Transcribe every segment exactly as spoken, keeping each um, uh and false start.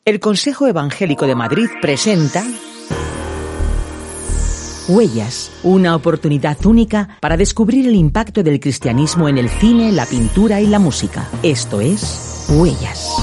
El Consejo Evangélico de Madrid presenta Huellas, una oportunidad única para descubrir el impacto del cristianismo en el cine, la pintura y la música. Esto es Huellas.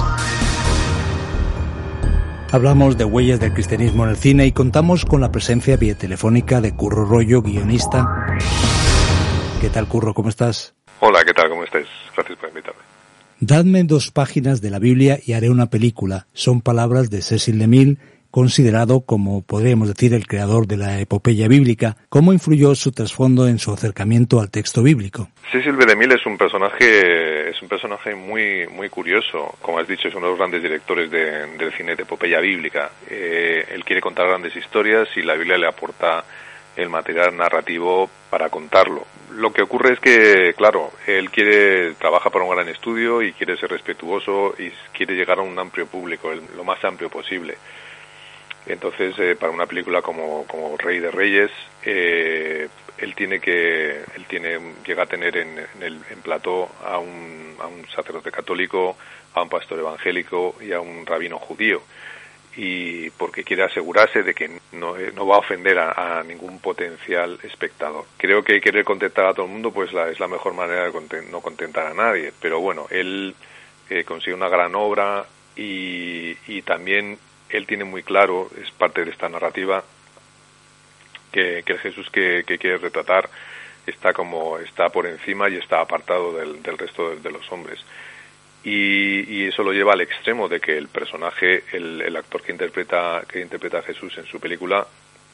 Hablamos de huellas del cristianismo en el cine y contamos con la presencia vía telefónica de Curro Rollo, guionista. ¿Qué tal, Curro? ¿Cómo estás? Hola, ¿qué tal? ¿Cómo estáis? Gracias por invitarme. Dadme dos páginas de la Biblia y haré una película. Son palabras de Cecil DeMille, considerado como, podríamos decir, el creador de la epopeya bíblica. ¿Cómo influyó su trasfondo en su acercamiento al texto bíblico? Cecil B. DeMille es un personaje, es un personaje muy, muy curioso. Como has dicho, es uno de los grandes directores de, del cine de epopeya bíblica. Eh, él quiere contar grandes historias y la Biblia le aporta el material narrativo para contarlo. Lo que ocurre es que, claro, él quiere, trabaja para un gran estudio y quiere ser respetuoso y quiere llegar a un amplio público, el, lo más amplio posible. Entonces, eh, para una película como, como Rey de Reyes, eh, él tiene que, él tiene, llega a tener en, en el en plató a un, a un sacerdote católico, a un pastor evangélico y a un rabino judío. Y porque quiere asegurarse de que no, no va a ofender a, a ningún potencial espectador. Creo que querer contentar a todo el mundo pues la, es la mejor manera de content, no contentar a nadie, pero bueno, él eh, consigue una gran obra y, y también él tiene muy claro, es parte de esta narrativa, que, que el Jesús que, que quiere retratar está como está por encima y está apartado del, del resto de, de los hombres. Y, y eso lo lleva al extremo de que el personaje, el, el actor que interpreta que interpreta a Jesús en su película,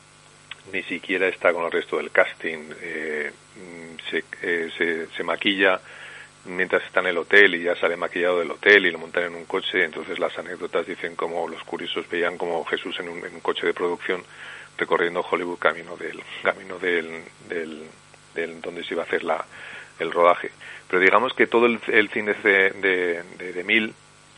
ni siquiera está con el resto del casting, eh, se, eh, se, se maquilla mientras está en el hotel y ya sale maquillado del hotel y lo montan en un coche. Entonces las anécdotas dicen como los curiosos veían como Jesús en un, en un coche de producción recorriendo Hollywood camino del camino del, del, del donde se iba a hacer la el rodaje. Pero digamos que todo el, el cine de, de, de DeMille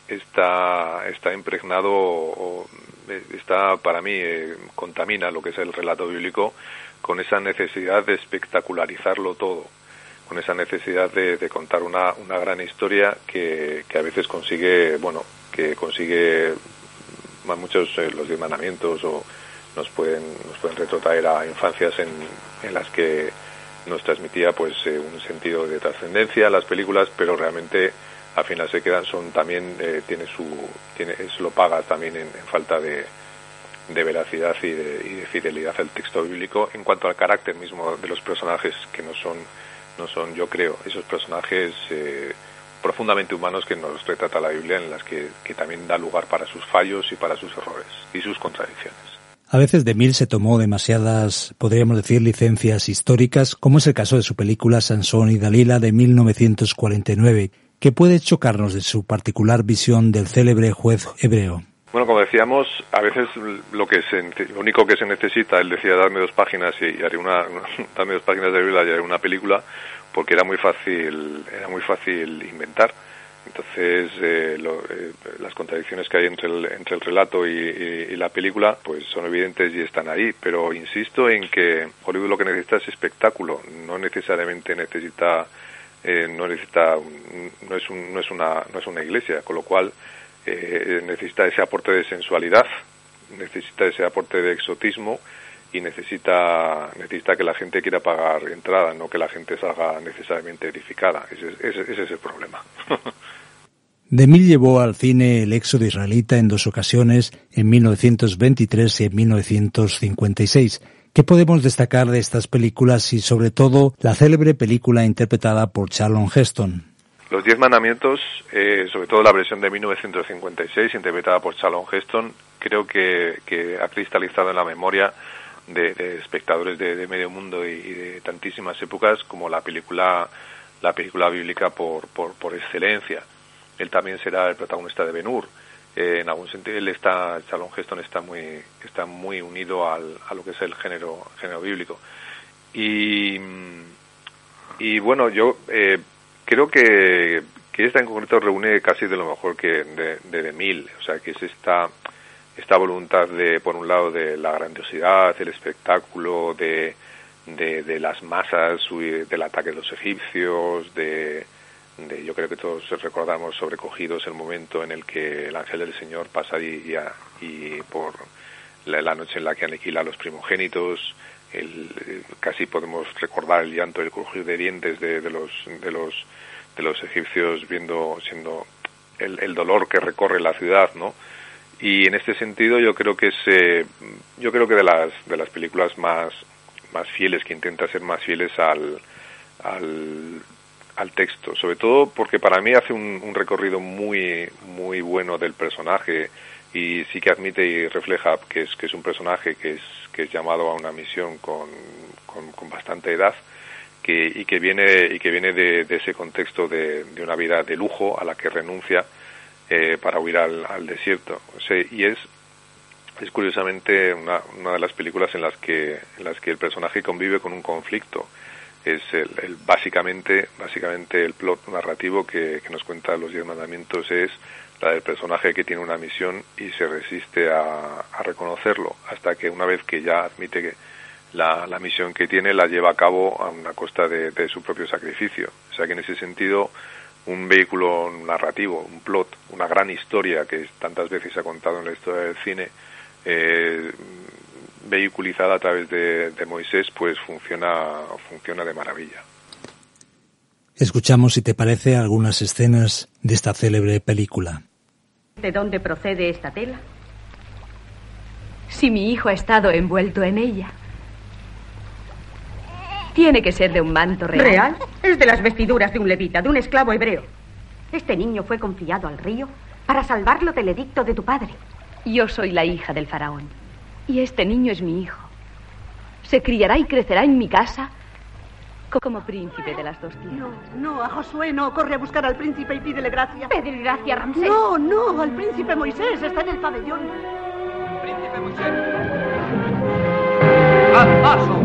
está, está impregnado, o está, para mí, eh, contamina lo que es el relato bíblico con esa necesidad de espectacularizarlo todo, con esa necesidad de, de contar una, una gran historia que, que a veces consigue, bueno, que consigue muchos, eh, los diez mandamientos, o nos pueden, nos pueden retrotraer a infancias en, en las que nos transmitía pues eh, un sentido de trascendencia a las películas, pero realmente al final se quedan, son también eh, tiene su tiene eso lo paga también en, en falta de, de veracidad y de, y de fidelidad al texto bíblico en cuanto al carácter mismo de los personajes, que no son no son yo creo esos personajes eh, profundamente humanos que nos retrata la Biblia, en las que, que también da lugar para sus fallos y para sus errores y sus contradicciones. A veces DeMille se tomó demasiadas, podríamos decir, licencias históricas, como es el caso de su película Sansón y Dalila de mil novecientos cuarenta y nueve, que puede chocarnos de su particular visión del célebre juez hebreo. Bueno, como decíamos, a veces lo que se, lo único que se necesita, él decía, darme dos páginas y haré una, darme dos páginas de Biblia y haré una película, porque era muy fácil, era muy fácil inventar. Entonces, eh, lo, eh, las contradicciones que hay entre el, entre el relato y, y, y la película, pues son evidentes y están ahí. Pero insisto en que Hollywood lo que necesita es espectáculo, no necesariamente necesita, eh, no necesita, no es un, no es una, no es una iglesia, con lo cual eh, necesita ese aporte de sensualidad, necesita ese aporte de exotismo y necesita, necesita que la gente quiera pagar entrada, no que la gente salga necesariamente edificada. Ese, ese, ese es el problema. DeMille llevó al cine el éxodo israelita en dos ocasiones, en mil novecientos veintitrés y en mil novecientos cincuenta y seis. ¿Qué podemos destacar de estas películas y, sobre todo, la célebre película interpretada por Charlton Heston? Los Diez Mandamientos, eh, sobre todo la versión de mil novecientos cincuenta y seis, interpretada por Charlton Heston, creo que, que ha cristalizado en la memoria de, de espectadores de, de medio mundo y, y de tantísimas épocas como la película, la película bíblica por, por, por excelencia. Él también será el protagonista de Ben-Hur. Eh, en algún sentido, él está, Charlton Heston está muy, está muy unido al, a lo que es el género, género bíblico. Y, y bueno, yo eh, creo que, que esta en concreto reúne casi de lo mejor que de, de DeMille. O sea, que es esta, esta voluntad de, por un lado, de la grandiosidad, el espectáculo, de, de, de las masas, del ataque de los egipcios, de de yo creo que todos recordamos sobrecogidos el momento en el que el ángel del Señor pasa y, y, a, y por la, la noche en la que aniquila a los primogénitos. El, casi podemos recordar el llanto y el crujir de dientes de, de los de los de los egipcios viendo siendo el, el dolor que recorre la ciudad, ¿no? Y en este sentido yo creo que es eh, yo creo que de las de las películas más más fieles, que intenta ser más fieles al al al texto, sobre todo porque para mí hace un, un recorrido muy muy bueno del personaje, y sí que admite y refleja que es que es un personaje que es que es llamado a una misión con, con, con bastante edad, que y que viene y que viene de, de ese contexto de, de una vida de lujo a la que renuncia eh, para huir al, al desierto. O sea, y es es curiosamente una, una de las películas en las que en las que el personaje convive con un conflicto. Es el, el básicamente básicamente el plot narrativo que, que nos cuenta los Diez Mandamientos es la del personaje que tiene una misión y se resiste a, a reconocerlo, hasta que una vez que ya admite que la, la misión que tiene la lleva a cabo a una costa de, de su propio sacrificio. O sea que en ese sentido un vehículo narrativo, un plot, una gran historia que tantas veces se ha contado en la historia del cine, eh, vehiculizada a través de, de Moisés, pues funciona funciona de maravilla. Escuchamos, si te parece, algunas escenas de esta célebre película. ¿De dónde procede esta tela? Si mi hijo ha estado envuelto en ella, tiene que ser de un manto real. ¿Real? Es de las vestiduras de un levita, de un esclavo hebreo. Este niño fue confiado al río para salvarlo del edicto de tu padre. Yo soy la hija del faraón, y este niño es mi hijo. Se criará y crecerá en mi casa como príncipe de las dos tierras. No, no, a Josué no. Corre a buscar al príncipe y pídele gracia. Pedir gracia, Ramsés. No, no, al príncipe Moisés. Está en el pabellón. Príncipe Moisés. ¡Al paso!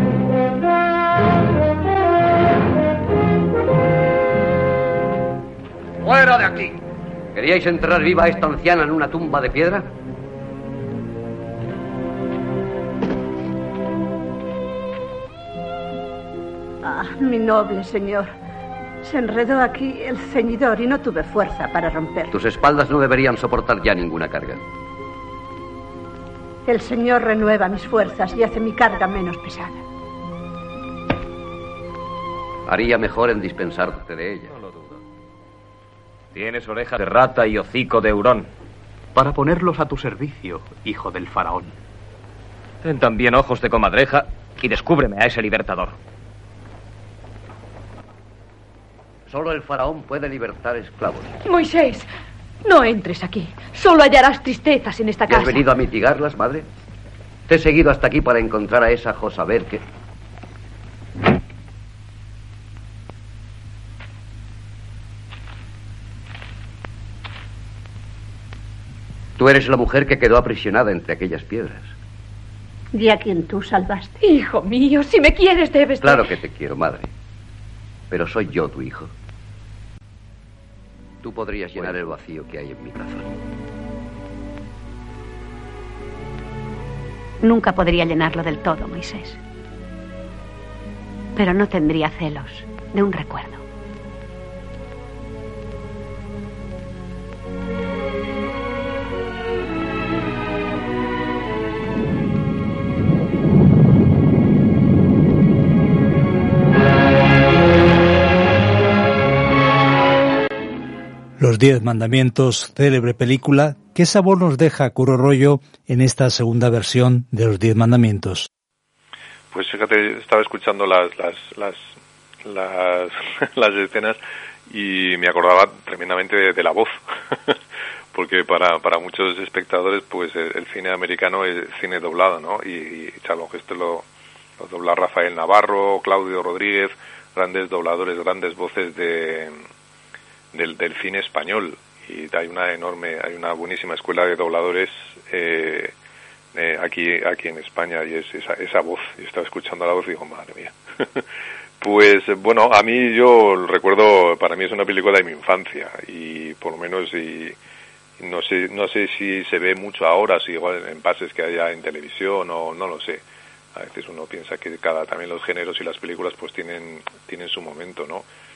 ¡Fuera de aquí! ¿Queríais enterrar viva a esta anciana en una tumba de piedra? Ah, mi noble señor. Se enredó aquí el ceñidor y no tuve fuerza para romperlo. Tus espaldas no deberían soportar ya ninguna carga. El Señor renueva mis fuerzas y hace mi carga menos pesada. Haría mejor en dispensarte de ella. No lo dudo. Tienes orejas de rata y hocico de hurón. Para ponerlos a tu servicio, hijo del faraón. Ten también ojos de comadreja y descúbreme a ese libertador. Solo el faraón puede libertar esclavos. Moisés, no entres aquí. Solo hallarás tristezas en esta ¿Y casa. has venido a mitigarlas, madre? Te he seguido hasta aquí para encontrar a esa Josabel que... Tú eres la mujer que quedó aprisionada entre aquellas piedras. Y a quien tú salvaste. Hijo mío, si me quieres debes... Claro que te quiero, madre. Pero soy yo tu hijo. Tú podrías llenar el vacío que hay en mi corazón. Nunca podría llenarlo del todo, Moisés. Pero no tendría celos de un recuerdo. Los Diez Mandamientos, célebre película. ¿Qué sabor nos deja Curro Rollo en esta segunda versión de Los Diez Mandamientos? Pues fíjate, estaba escuchando las las las las, las escenas y me acordaba tremendamente de, de la voz, porque para para muchos espectadores pues el, el cine americano es cine doblado, ¿no? Y, y Charlton Heston lo, lo dobla Rafael Navarro, Claudio Rodríguez, grandes dobladores, grandes voces de del, del cine español, y hay una enorme, hay una buenísima escuela de dobladores eh, eh, aquí aquí en España, y es esa, esa voz. Yo estaba escuchando la voz y digo, madre mía. Pues bueno, a mí yo recuerdo, para mí es una película de mi infancia, y por lo menos y no sé no sé si se ve mucho ahora, si igual en pases que haya en televisión o no lo sé. A veces uno piensa que cada también los géneros y las películas pues tienen tienen su momento, ¿no?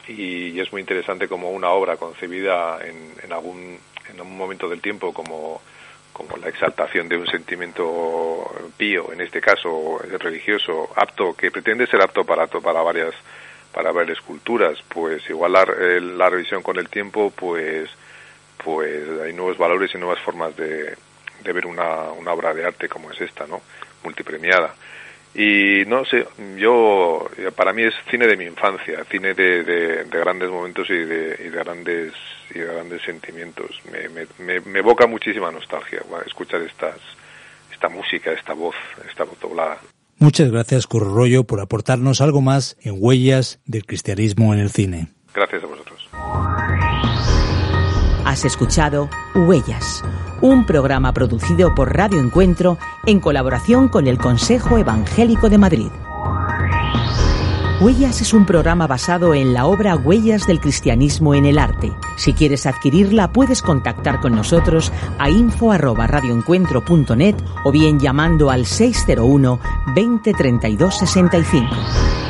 y es muy interesante como una obra concebida en, en algún en un momento del tiempo como como la exaltación de un sentimiento pío, en este caso religioso, apto, que pretende ser apto para para varias para varias culturas, pues igual la, la revisión con el tiempo, pues pues hay nuevos valores y nuevas formas de, de ver una, una obra de arte como es esta, ¿no? Multipremiada. Y no sé, yo, para mí es cine de mi infancia, cine de, de, de grandes momentos y de, y de grandes y de grandes sentimientos. Me, me, me, me evoca muchísima nostalgia escuchar estas, esta música, esta voz, esta voz doblada. Muchas gracias, Curro Royo, por aportarnos algo más en Huellas del cristianismo en el cine. Gracias a vosotros. Has escuchado Huellas, un programa producido por Radio Encuentro en colaboración con el Consejo Evangélico de Madrid. Huellas es un programa basado en la obra Huellas del cristianismo en el arte. Si quieres adquirirla, puedes contactar con nosotros a info arroba radioencuentro punto net o bien llamando al seis cero uno veinte treinta y dos sesenta y cinco.